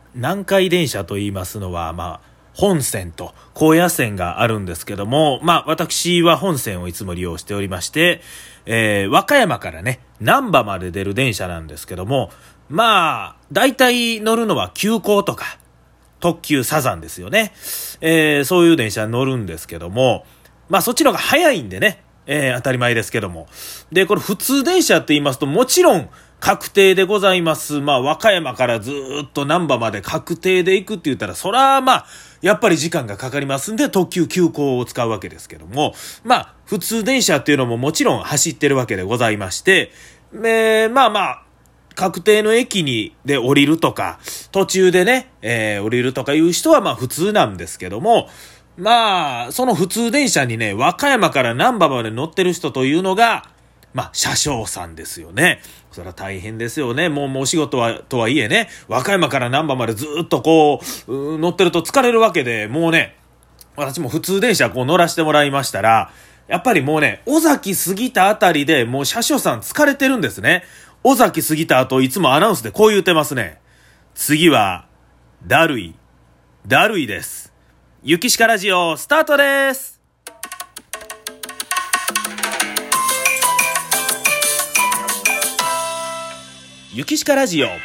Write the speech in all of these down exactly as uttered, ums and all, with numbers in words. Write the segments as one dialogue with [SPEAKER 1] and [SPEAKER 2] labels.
[SPEAKER 1] 南海電車と言いますのは、まあ、本線と高野線があるんですけども、まあ、私は本線をいつも利用しておりまして、えー、和歌山からね、難波まで出る電車なんですけども、まあ、大体乗るのは急行とか、特急サザンですよね。えー、そういう電車に乗るんですけども、まあ、そっちの方が早いんでね、えー、当たり前ですけども。で、これ普通電車って言いますと、もちろん確定でございます。まあ、和歌山からずーっと難波まで確定で行くって言ったら、そらまあ、やっぱり時間がかかりますんで、特急急行を使うわけですけども、まあ、普通電車っていうのももちろん走ってるわけでございまして、えー、まあまあ、確定の駅にで降りるとか、途中でね、えー、降りるとかいう人はまあ普通なんですけども、まあ、その普通電車にね、和歌山から難波まで乗ってる人というのが、まあ、車掌さんですよね。それは大変ですよね。もう、もうお仕事は、とはいえね、和歌山から難波までずっとこう、乗ってると疲れるわけで、もうね、私も普通電車こう乗らせてもらいましたら、やっぱりもうね、尾崎過ぎたあたりでもう車掌さん疲れてるんですね。尾崎過ぎた後、いつもアナウンスでこう言ってますね。次は、だるい、だるいです。ゆきしかラジオスタートです。ゆきしかラジオ。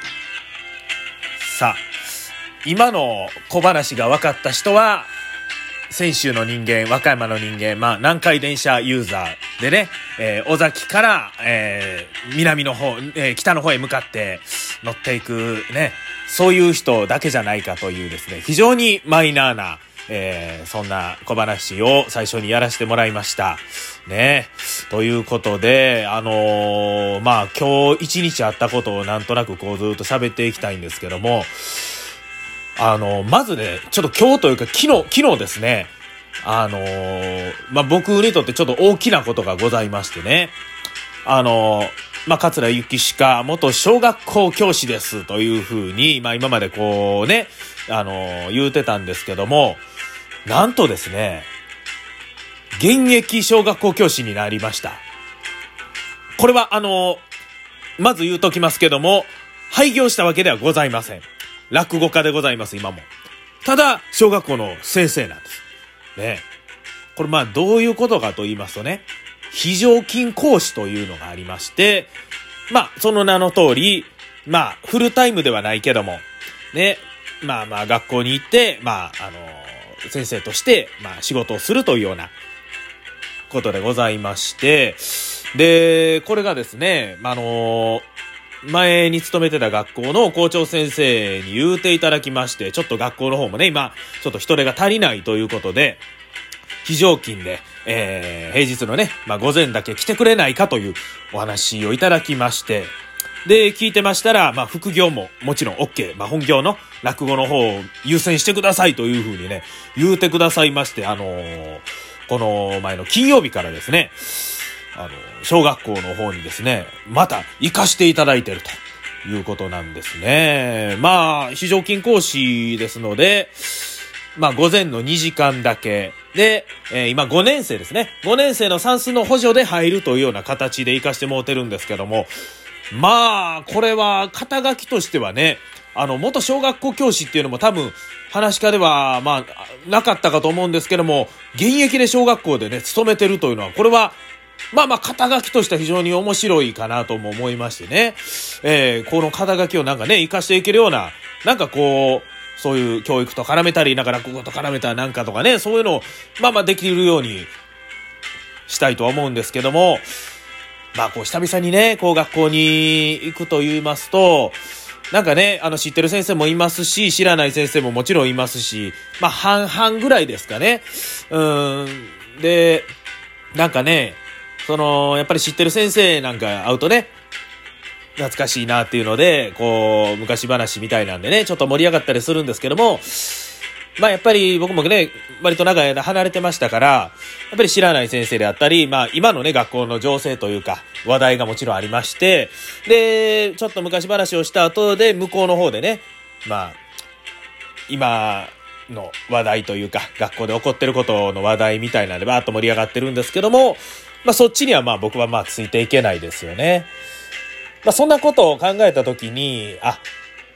[SPEAKER 1] さあ、今の小話が分かった人は、先週の人間、和歌山の人間、まあ南海電車ユーザーでね、えー、尾崎から、えー、南の方、えー、北の方へ向かって乗っていくね、そういう人だけじゃないかというですね、非常にマイナーな、えー、そんな小話を最初にやらせてもらいましたね。ということで、あのー、まあ今日一日あったことをなんとなくこうずっと喋っていきたいんですけども、あのー、まずね、ちょっと今日というか昨日昨日ですね、あのー、まあ僕にとってちょっと大きなことがございましてね、あのーまあ、桂ゆきしか元小学校教師ですというふうに、まあ、今までこうね、あのー、言うてたんですけども、なんとですね、現役小学校教師になりました。これはあのー、まず言うときますけども、廃業したわけではございません。落語家でございます、今も。ただ、小学校の先生なんです。ね。これまあ、どういうことかと言いますとね、非常勤講師というのがありまして、まあ、その名の通り、まあ、フルタイムではないけども、ね、まあまあ、学校に行って、まあ、あのー、先生として、まあ、仕事をするというようなことでございまして、で、これがですね、あのー、前に勤めてた学校の校長先生に言うていただきまして、ちょっと学校の方もね、今、ちょっと人手が足りないということで、非常勤で、えー、平日のね、まあ、午前だけ来てくれないかというお話をいただきまして、で、聞いてましたら、まあ、副業ももちろん OK、まあ、本業の落語の方を優先してくださいというふうにね、言うてくださいまして、あのー、この前の金曜日からですね、あの、小学校の方にですね、また行かしていただいているということなんですね。まあ、非常勤講師ですので、まあ、午前のにじかんだけで、えー、今ごねん生ですね。ごねん生の算数の補助で入るというような形で行かしてもらってるんですけども、まあ、これは肩書きとしてはね、あの、元小学校教師っていうのも多分、話し家では、まあ、なかったかと思うんですけども、現役で小学校でね、勤めてるというのは、これは、まあまあ、肩書きとしては非常に面白いかなとも思いましてね。えー、この肩書きをなんかね、活かしていけるような、なんかこう、そういう教育と絡めたり、なんか落語と絡めたなんかとかね、そういうのを、まあまあできるようにしたいとは思うんですけども、まあこう久々にね、こう学校に行くと言いますと、なんかね、あの知ってる先生もいますし、知らない先生ももちろんいますし、まあ半々ぐらいですかね。うーん。で、なんかね、その、やっぱり知ってる先生なんか会うとね、懐かしいなっていうので、こう、昔話みたいなんでね、ちょっと盛り上がったりするんですけども、まあやっぱり僕もね、割と長い間離れてましたから、やっぱり知らない先生であったり、まあ今のね、学校の情勢というか、話題がもちろんありまして、で、ちょっと昔話をした後で、向こうの方でね、まあ、今の話題というか、学校で起こってることの話題みたいなんで、バーッと盛り上がってるんですけども、まあそっちにはまあ僕はまあついていけないですよね。まあそんなことを考えたときに、あ、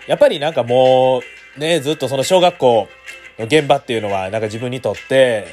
[SPEAKER 1] やっぱりなんかもう、ね、ずっとその小学校の現場っていうのは、なんか自分にとって、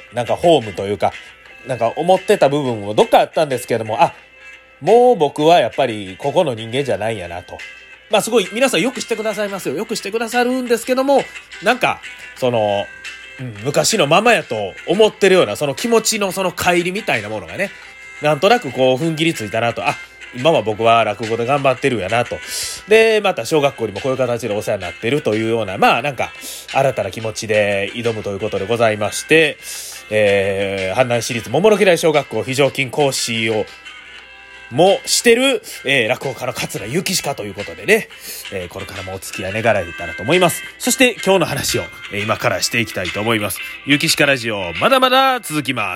[SPEAKER 1] なんかホームというか、なんか思ってた部分もどっかあったんですけども、あ、もう僕はやっぱりここの人間じゃないんやなと。まあすごい皆さんよくしてくださいますよ。よくしてくださるんですけども、なんか、その、うん、昔のままやと思ってるような、その気持ちのその乖離みたいなものがね、なんとなくこう踏ん切りついたなと、あ、今は僕は落語で頑張ってるやなと。で、また小学校にもこういう形でお世話になってるというような、まあなんか、新たな気持ちで挑むということでございまして、えー、阪南市立桃の木台小学校非常勤講師をもしてる、えー、落語家の桂幸鹿ということでね、えー、これからもお付き合い願えたらと思います。そして今日の話を、えー、今からしていきたいと思います。幸鹿ラジオ、まだまだ続きます。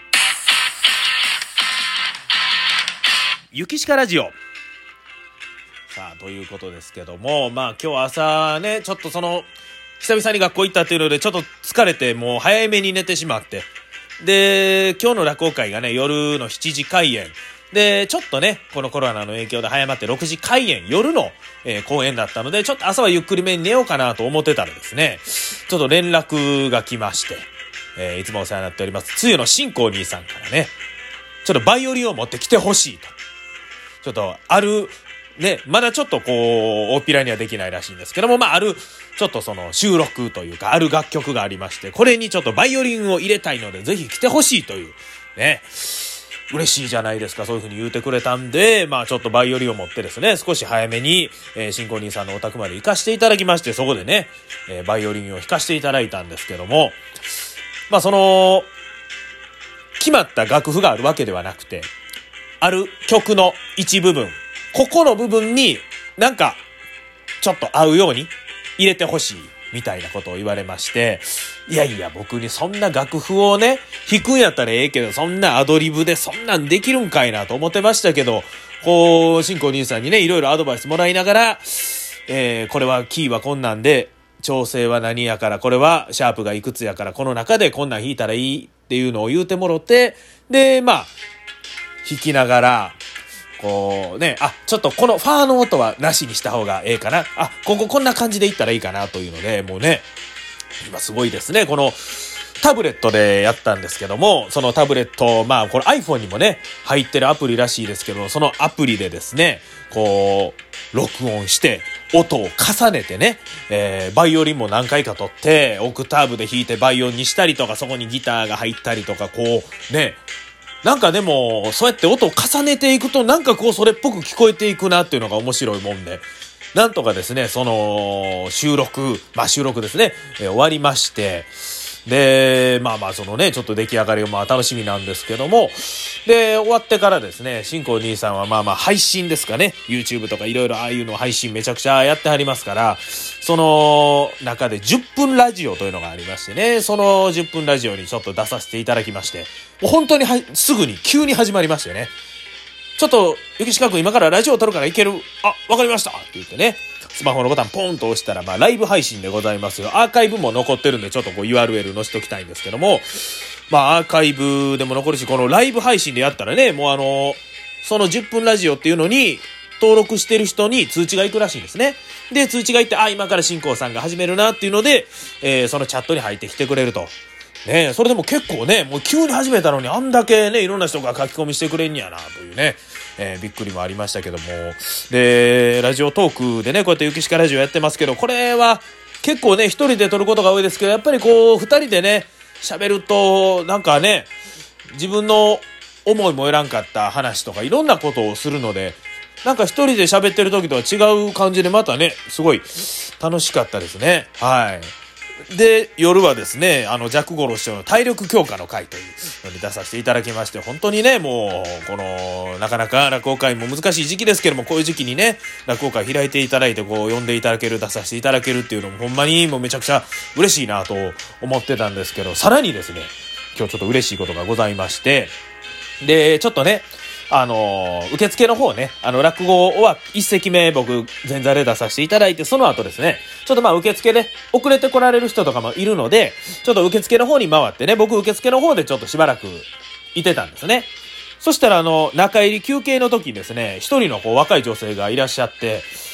[SPEAKER 1] 幸鹿ラジオ。さあ、ということですけども、まあ今日朝ね、ちょっとその、久々に学校行ったっていうので、ちょっと疲れて、もう早めに寝てしまって。で、今日の落語会がね、夜のしちじ開演。で、ちょっとね、このコロナの影響で早まってろくじ開演、夜の、えー、公演だったので、ちょっと朝はゆっくりめに寝ようかなと思ってたらですね、ちょっと連絡が来まして、えー、いつもお世話になっております、つゆの新光兄さんからね、ちょっとバイオリンを持ってきてほしいと。ちょっと、ある、ね、まだちょっとこう、大っぴらにはできないらしいんですけども、まあ、ある、ちょっとその収録というか、ある楽曲がありまして、これにちょっとバイオリンを入れたいので、ぜひ来てほしいという、ね、嬉しいじゃないですか、そういう風に言うてくれたんで、まあちょっとバイオリンを持ってですね、少し早めに、えー、新光兄さんのお宅まで行かしていただきまして、そこでね、えー、バイオリンを弾かしていただいたんですけども、まあその、決まった楽譜があるわけではなくて、ある曲の一部分、ここの部分になんかちょっと合うように入れてほしいみたいなことを言われまして、いやいや僕にそんな楽譜をね弾くんやったらええけど、そんなアドリブでそんなんできるんかいなと思ってましたけど、こう新光兄さんにねいろいろアドバイスもらいながら、えー、これはキーはこんなんで調整は何やから、これはシャープがいくつやから、この中でこんなん弾いたらいいっていうのを言うてもろて、でまあ弾きながらこうね、あ、ちょっとこのファーの音はなしにした方がええかな、あ、こここんな感じでいったらいいかなというので、もうね今すごいですね、このタブレットでやったんですけども、そのタブレット、まあこれ iPhone にもね入ってるアプリらしいですけど、そのアプリでですねこう録音して音を重ねてね、えー、バイオリンも何回か取ってオクターブで弾いて倍音にしたりとか、そこにギターが入ったりとか、こうね、なんかでもそうやって音を重ねていくとなんかこうそれっぽく聞こえていくなっていうのが面白いもんで、なんとかですねその収録、まあ収録ですね、えー、終わりまして、でまあまあそのねちょっと出来上がりがまあ楽しみなんですけども、で終わってからですね新光兄さんはまあまあ配信ですかね、 YouTube とかいろいろああいうの配信めちゃくちゃやってはりますから、その中でじゅっぷんラジオというのがありましてね、そのじゅっぷんラジオにちょっと出させていただきまして、もう本当にはすぐに急に始まりましてね、ちょっと幸鹿君今からラジオ撮るからいける、あ、わかりましたって言ってね、スマホのボタンポンと押したら、まあライブ配信でございますよ。アーカイブも残ってるんでちょっとこう ユーアールエル 載せときたいんですけども、まあアーカイブでも残るし、このライブ配信でやったらね、もうあのそのじゅっぷんラジオっていうのに登録してる人に通知が行くらしいんですね。で通知が行って、あ、今から新光さんが始めるなっていうので、えー、そのチャットに入ってきてくれると。ね、それでも結構ね、もう急に始めたのにあんだけねいろんな人が書き込みしてくれんやなというね、えー、びっくりもありましたけども、でラジオトークでねこうやって幸鹿ラジオやってますけど、これは結構ね一人で撮ることが多いですけど、やっぱりこう二人でね喋るとなんかね自分の思いもよらんかった話とかいろんなことをするので、なんか一人で喋ってる時とは違う感じでまたねすごい楽しかったですね。はい。で夜はですねあのジャック五郎師匠の体力強化の会というのに出させていただきまして、本当にねもうこのなかなか落語会も難しい時期ですけども、こういう時期にね落語会開いていただいてこう呼んでいただける、出させていただけるっていうのもほんまにもうめちゃくちゃ嬉しいなと思ってたんですけど、さらにですね今日ちょっと嬉しいことがございまして、でちょっとねあのー、受付の方ね、あの、落語は一席目僕、前座で出させていただいて、その後ですね、ちょっとまあ受付で遅れて来られる人とかもいるので、ちょっと受付の方に回ってね、僕受付の方でちょっとしばらくいてたんですね。そしたらあの、中入り休憩の時にですね、一人のこう若い女性がいらっしゃって、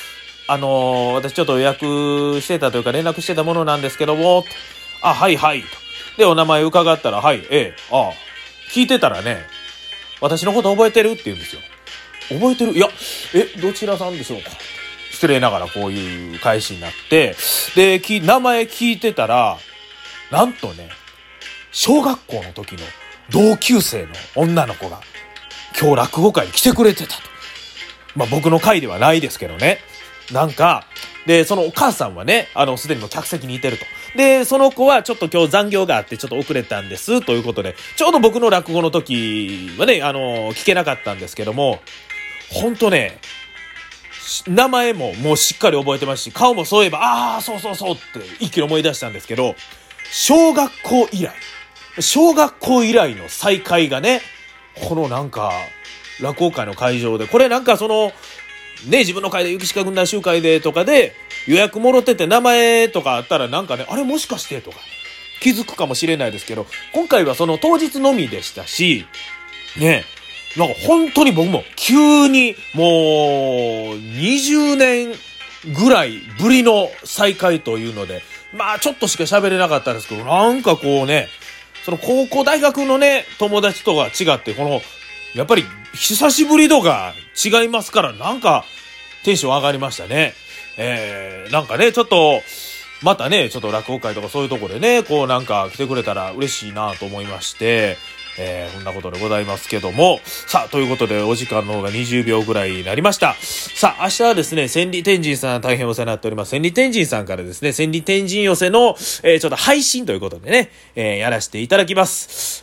[SPEAKER 1] あのー、私ちょっと予約してたというか連絡してたものなんですけども、あ、はいはい。で、お名前伺ったら、はい、ええ、ああ、聞いてたらね、私のこと覚えてるって言うんですよ。覚えてる？いや、え、どちらさんでしょうか？失礼ながらこういう返しになって、で、き、名前聞いてたら、なんとね、小学校の時の同級生の女の子が、今日落語会に来てくれてたと。まあ僕の会ではないですけどね。なんか、で、そのお母さんはね、あの、すでにもう客席にいてると。で、その子はちょっと今日残業があってちょっと遅れたんです、ということで、ちょうど僕の落語の時はね、あの、聞けなかったんですけども、ほんとね、名前ももうしっかり覚えてますし、顔もそういえば、ああ、そうそうそうって一気に思い出したんですけど、小学校以来、小学校以来の再会がね、このなんか、落語会の会場で、これなんかその、ね、自分の会で、雪鹿軍団集会でとかで予約もろってて名前とかあったらなんかね、あれもしかしてとか気づくかもしれないですけど、今回はその当日のみでしたし、ね、なんか本当に僕も急にもうにじゅうねんぐらいぶりの再会というので、まあちょっとしか喋れなかったんですけど、なんかこうね、その高校大学のね、友達とは違って、この、やっぱり久しぶりとか違いますから、なんかテンション上がりましたね。えー、なんかね、ちょっと、またね、ちょっと落語会とかそういうところでね、こうなんか来てくれたら嬉しいなと思いまして、えー、こんなことでございますけども、さあ、ということでお時間の方がにじゅうびょうぐらいになりました。さあ、明日はですね、千里天神さん大変お世話になっております。千里天神さんからですね、千里天神寄せの、えー、ちょっと配信ということでね、えー、やらせていただきます。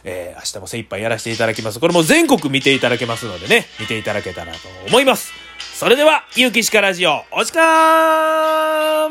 [SPEAKER 1] えー、明日も精一杯やらせていただきます。これも全国見ていただけますのでね、見ていただけたらと思います。それでは、ゆうきしかラジオ、お時間